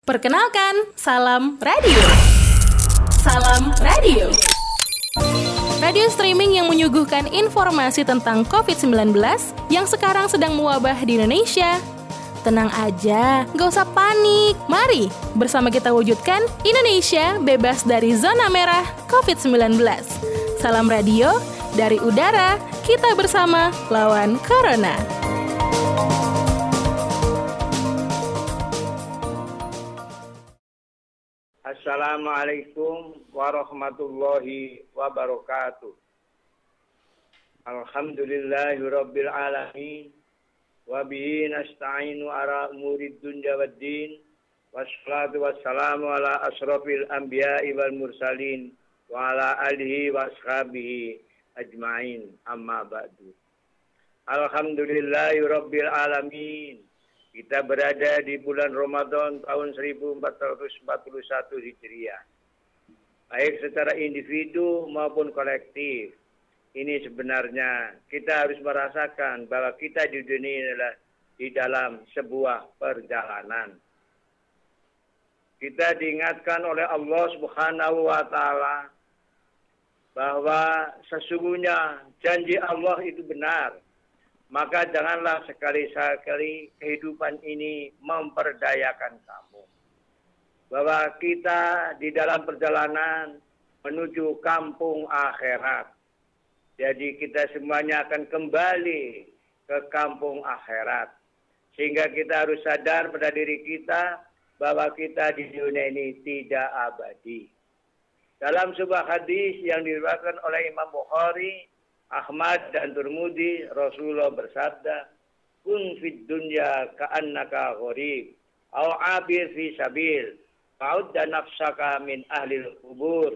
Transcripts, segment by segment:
Perkenalkan, Salam Radio. Salam Radio. Radio streaming yang menyuguhkan informasi tentang COVID-19 yang sekarang sedang mewabah di Indonesia. Tenang aja, gak usah panik. Mari bersama kita wujudkan Indonesia bebas dari zona merah COVID-19. Salam Radio, dari udara, kita bersama lawan Corona. Assalamualaikum warahmatullahi wabarakatuh. Alhamdulillahirabbil alamin wa bihi nasta'inu ala umurid dunya waddin wassalatu wassalamu ala asrofil anbiya'i wal mursalin wa ala alihi wa ashabihi ajma'in amma ba'du. Alhamdulillahirabbil alamin. Kita berada di bulan Ramadan tahun 1441 Hijriah. Baik secara individu maupun kolektif. Ini sebenarnya kita harus merasakan bahwa kita di dunia ini adalah di dalam sebuah perjalanan. Kita diingatkan oleh Allah Subhanahu wa taala bahwa sesungguhnya janji Allah itu benar. Maka janganlah sekali-sekali kehidupan ini memperdayakan kamu. Bahwa kita di dalam perjalanan menuju kampung akhirat. Jadi kita semuanya akan kembali ke kampung akhirat. Sehingga kita harus sadar pada diri kita bahwa kita di dunia ini tidak abadi. Dalam sebuah hadis yang diriwayatkan oleh Imam Bukhari, Ahmad dan Tirmidzi, Rasulullah bersabda, "Kun fid dunya ka'annaka gharib, aw 'abir fi sabil, fa'udda nafsaka min ahlil kubur."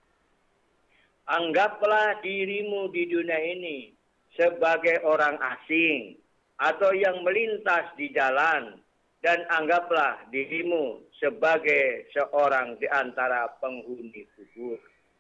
Anggaplah dirimu di dunia ini sebagai orang asing atau yang melintas di jalan, dan anggaplah dirimu sebagai seorang di antara penghuni kubur.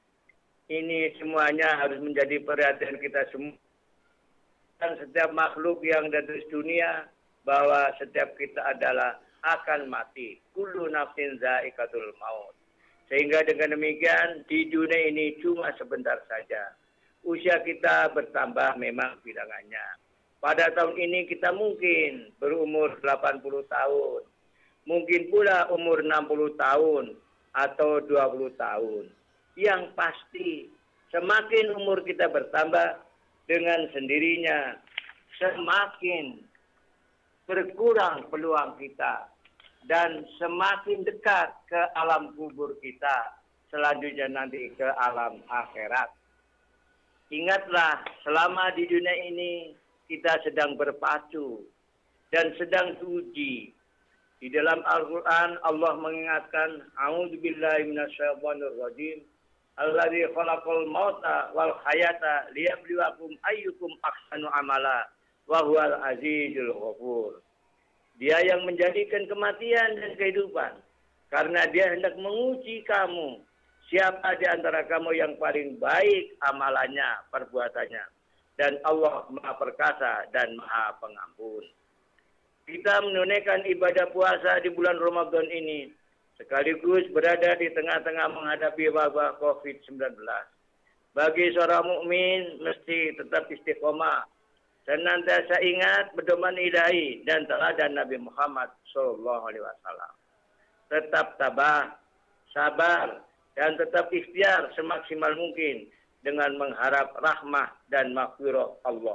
Ini semuanya harus menjadi perhatian kita semua. Dan setiap makhluk yang ada di dunia, bahwa setiap kita adalah akan mati. Kullu nafsin za'iqatul maut. Sehingga dengan demikian, di dunia ini cuma sebentar saja. Usia kita bertambah memang bilangannya. Pada tahun ini kita mungkin berumur 80 tahun. Mungkin pula umur 60 tahun atau 20 tahun. Yang pasti semakin umur kita bertambah, dengan sendirinya semakin berkurang peluang kita dan semakin dekat ke alam kubur kita, selanjutnya nanti ke alam akhirat. Ingatlah, selama di dunia ini kita sedang berpacu dan sedang diuji. Di dalam Al-Quran Allah mengingatkan, A'udzubillahi minasyaitonir rajim. Alladzi khalaqal mauta wal hayata liyabluwakum ayyukum ahsanu amala wa huwal azizul ghafur. Dia yang menjadikan kematian dan kehidupan karena dia hendak menguji kamu, siapa di antara kamu yang paling baik amalannya, perbuatannya. Dan Allah Maha Perkasa dan Maha Pengampun. Kita menunaikan ibadah puasa di bulan Ramadan ini sekaligus berada di tengah-tengah menghadapi wabah COVID-19. Bagi seorang mukmin mesti tetap istiqomah, senantiasa ingat pedoman ilahi dan teladan Nabi Muhammad SAW. Tetap tabah, sabar, dan tetap ikhtiar semaksimal mungkin dengan mengharap rahmah dan maghfirah Allah.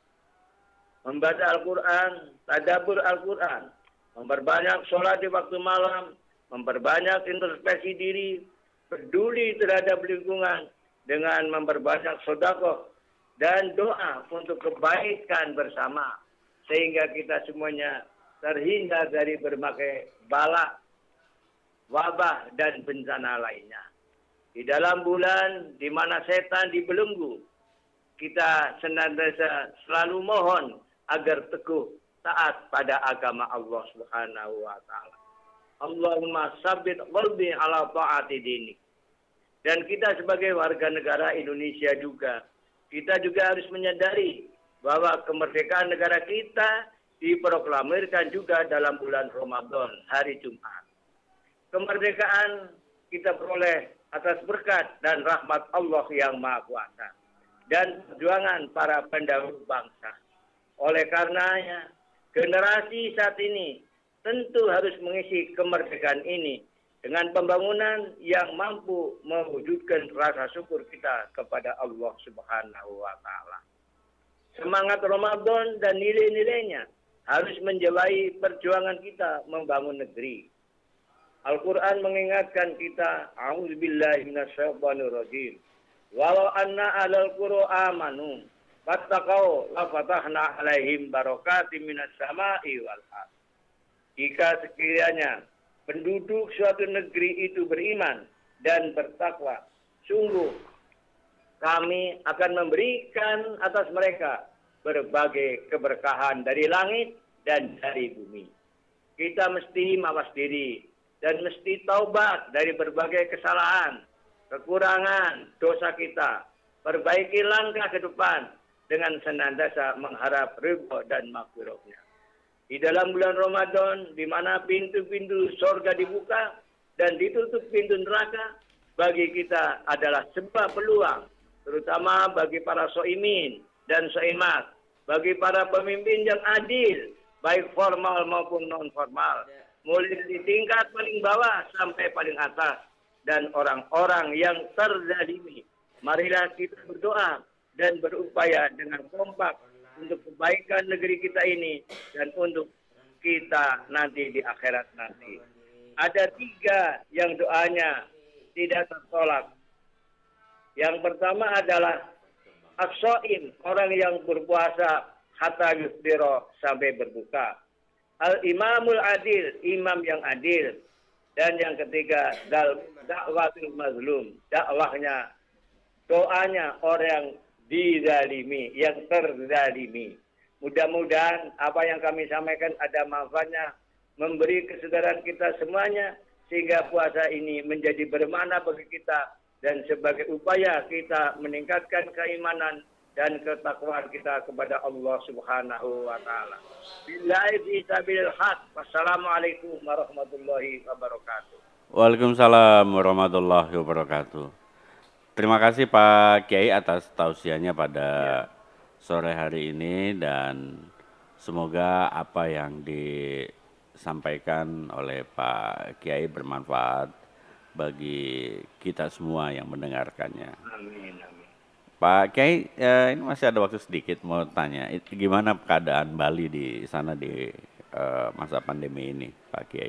Membaca Al-Quran, tadabbur Al-Quran, memperbanyak sholat di waktu malam, memperbanyak introspeksi diri, peduli terhadap lingkungan dengan memperbanyak sedekah dan doa untuk kebaikan bersama, sehingga kita semuanya terhindar dari berbagai bala, wabah dan bencana lainnya. Di dalam bulan di mana setan dibelenggu, kita senantiasa selalu mohon agar teguh taat pada agama Allah Subhanahu wa taala. Allahumma sabbit qalbi ala ta'ati dinik. Dan kita sebagai warga negara Indonesia juga, kita juga harus menyadari bahwa kemerdekaan negara kita diproklamirkan juga dalam bulan Ramadan, hari Jumat. kemerdekaan kita peroleh atas berkat dan rahmat Allah yang Maha Kuasa dan perjuangan para pendahulu bangsa. Oleh karenanya, generasi saat ini tentu harus mengisi kemerdekaan ini dengan pembangunan yang mampu mewujudkan rasa syukur kita kepada Allah Subhanahu wa Ta'ala. Semangat Ramadan dan nilai-nilainya harus menjiwai perjuangan kita membangun negeri. Al-Quran mengingatkan kita, A'udzubillahi minasyaitonirrajim. Walau anna ahlal qura amanu wattaqau lafatahna alaihim barakatim minas sama'i wal ardh. Jika sekiranya penduduk suatu negeri itu beriman dan bertakwa, sungguh kami akan memberikan atas mereka berbagai keberkahan dari langit dan dari bumi. Kita mesti mawas diri dan mesti taubat dari berbagai kesalahan, kekurangan, dosa kita. Perbaiki langkah ke depan dengan senantiasa mengharap ridho dan maghfirah-Nya. Di dalam bulan Ramadan, di mana pintu-pintu surga dibuka dan ditutup pintu neraka, bagi kita adalah sebuah peluang, terutama bagi para soimin dan soimat, bagi para pemimpin yang adil, baik formal maupun non-formal, mulai di tingkat paling bawah sampai paling atas, dan orang-orang yang terzalimi. Marilah kita berdoa dan berupaya dengan kompak untuk kebaikan negeri kita ini dan untuk kita nanti di akhirat nanti. Ada 3 yang doanya tidak tertolak. Yang pertama adalah as-shaim, orang yang berpuasa hatta yufdiro, sampai berbuka. Al-imamul adil, imam yang adil. Dan yang ketiga, dakwatul mazlum, dakwahnya, doanya orang yang dizalimi, yang terzalimi. Mudah-mudahan apa yang kami sampaikan ada manfaatnya, memberi kesadaran kita semuanya, sehingga puasa ini menjadi bermakna bagi kita dan sebagai upaya kita meningkatkan keimanan dan ketakwaan kita kepada Allah Subhanahu wa Ta'ala. Billahi fi sabilil haq. Wassalamualaikum warahmatullahi wabarakatuh. Waalaikumsalam warahmatullahi wabarakatuh. Terima kasih Pak Kiai atas tausiahnya pada sore hari ini, dan semoga apa yang disampaikan oleh Pak Kiai bermanfaat bagi kita semua yang mendengarkannya. Amin, amin. Pak Kiai, ini masih ada waktu sedikit mau tanya, gimana keadaan Bali di sana di masa pandemi ini, Pak Kiai?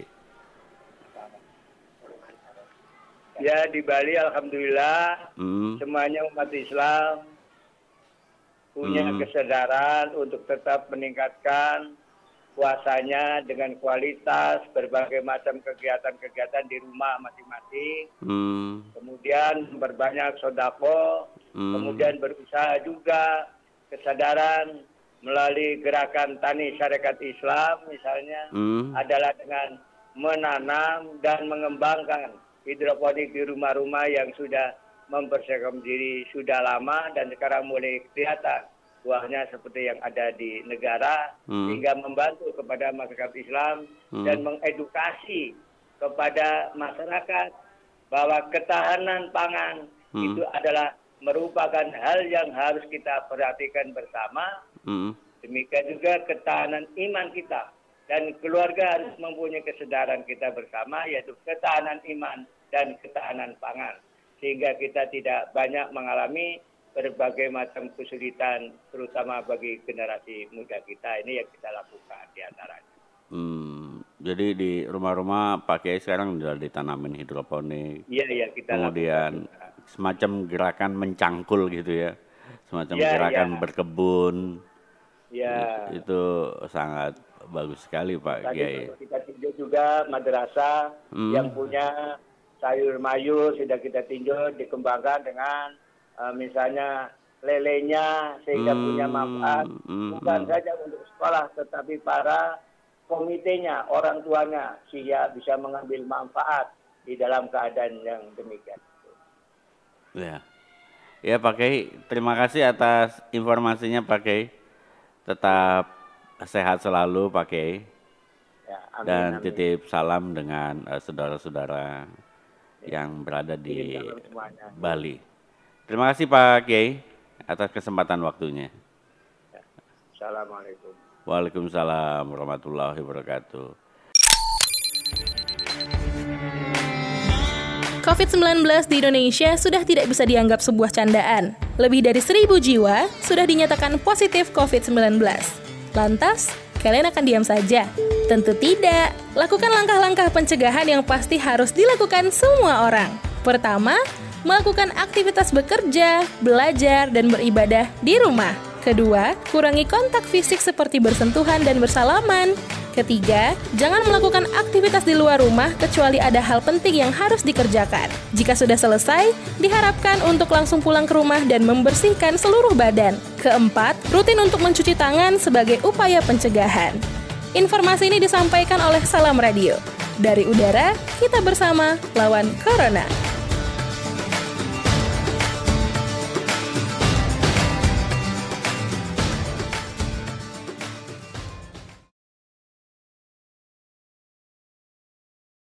Ya, di Bali alhamdulillah semuanya umat Islam punya kesadaran untuk tetap meningkatkan puasanya dengan kualitas, berbagai macam kegiatan-kegiatan di rumah masing-masing. Kemudian berbanyak sodako, kemudian berusaha juga kesadaran melalui gerakan Tani Syarikat Islam misalnya adalah dengan menanam dan mengembangkan hidroponik di rumah-rumah yang sudah mempersiapkan diri sudah lama dan sekarang mulai kelihatan buahnya seperti yang ada di negara, sehingga membantu kepada masyarakat Islam dan mengedukasi kepada masyarakat bahwa ketahanan pangan itu adalah merupakan hal yang harus kita perhatikan bersama. Demikian juga ketahanan iman kita, dan keluarga harus mempunyai kesadaran kita bersama, yaitu ketahanan iman dan ketahanan pangan, sehingga kita tidak banyak mengalami berbagai macam kesulitan, terutama bagi generasi muda kita. Ini yang kita lakukan di antaranya. Jadi di rumah-rumah Pak Kiai sekarang sudah ditanamin hidroponik. Iya, kita kemudian lakukan. Semacam gerakan mencangkul gitu ya, semacam gerakan berkebun. Ya. Itu sangat bagus sekali Pak Kiai. Kita tinjau juga madrasah yang punya sayur mayur, sudah kita tinjau dikembangkan dengan misalnya lelenya, sehingga punya manfaat bukan saja untuk sekolah tetapi para komitenya, orang tuanya, sehingga bisa mengambil manfaat di dalam keadaan yang demikian. Ya Pak Kiai, terima kasih atas informasinya Pak Kiai. Tetap sehat selalu Pak Kiai. Ya, amin, dan amin. titip salam dengan saudara-saudara yang berada di Bali. Terima kasih Pak Kiai atas kesempatan waktunya. Ya. Assalamualaikum. Waalaikumsalam warahmatullahi wabarakatuh. COVID-19 di Indonesia sudah tidak bisa dianggap sebuah candaan. Lebih dari 1.000 jiwa sudah dinyatakan positif COVID-19. Lantas, kalian akan diam saja? Tentu tidak. Lakukan langkah-langkah pencegahan yang pasti harus dilakukan semua orang. Pertama, melakukan aktivitas bekerja, belajar, dan beribadah di rumah. Kedua, kurangi kontak fisik seperti bersentuhan dan bersalaman. Ketiga, jangan melakukan aktivitas di luar rumah kecuali ada hal penting yang harus dikerjakan. Jika sudah selesai, diharapkan untuk langsung pulang ke rumah dan membersihkan seluruh badan. Keempat, rutin untuk mencuci tangan sebagai upaya pencegahan. Informasi ini disampaikan oleh Salam Radio. Dari udara, kita bersama lawan Corona.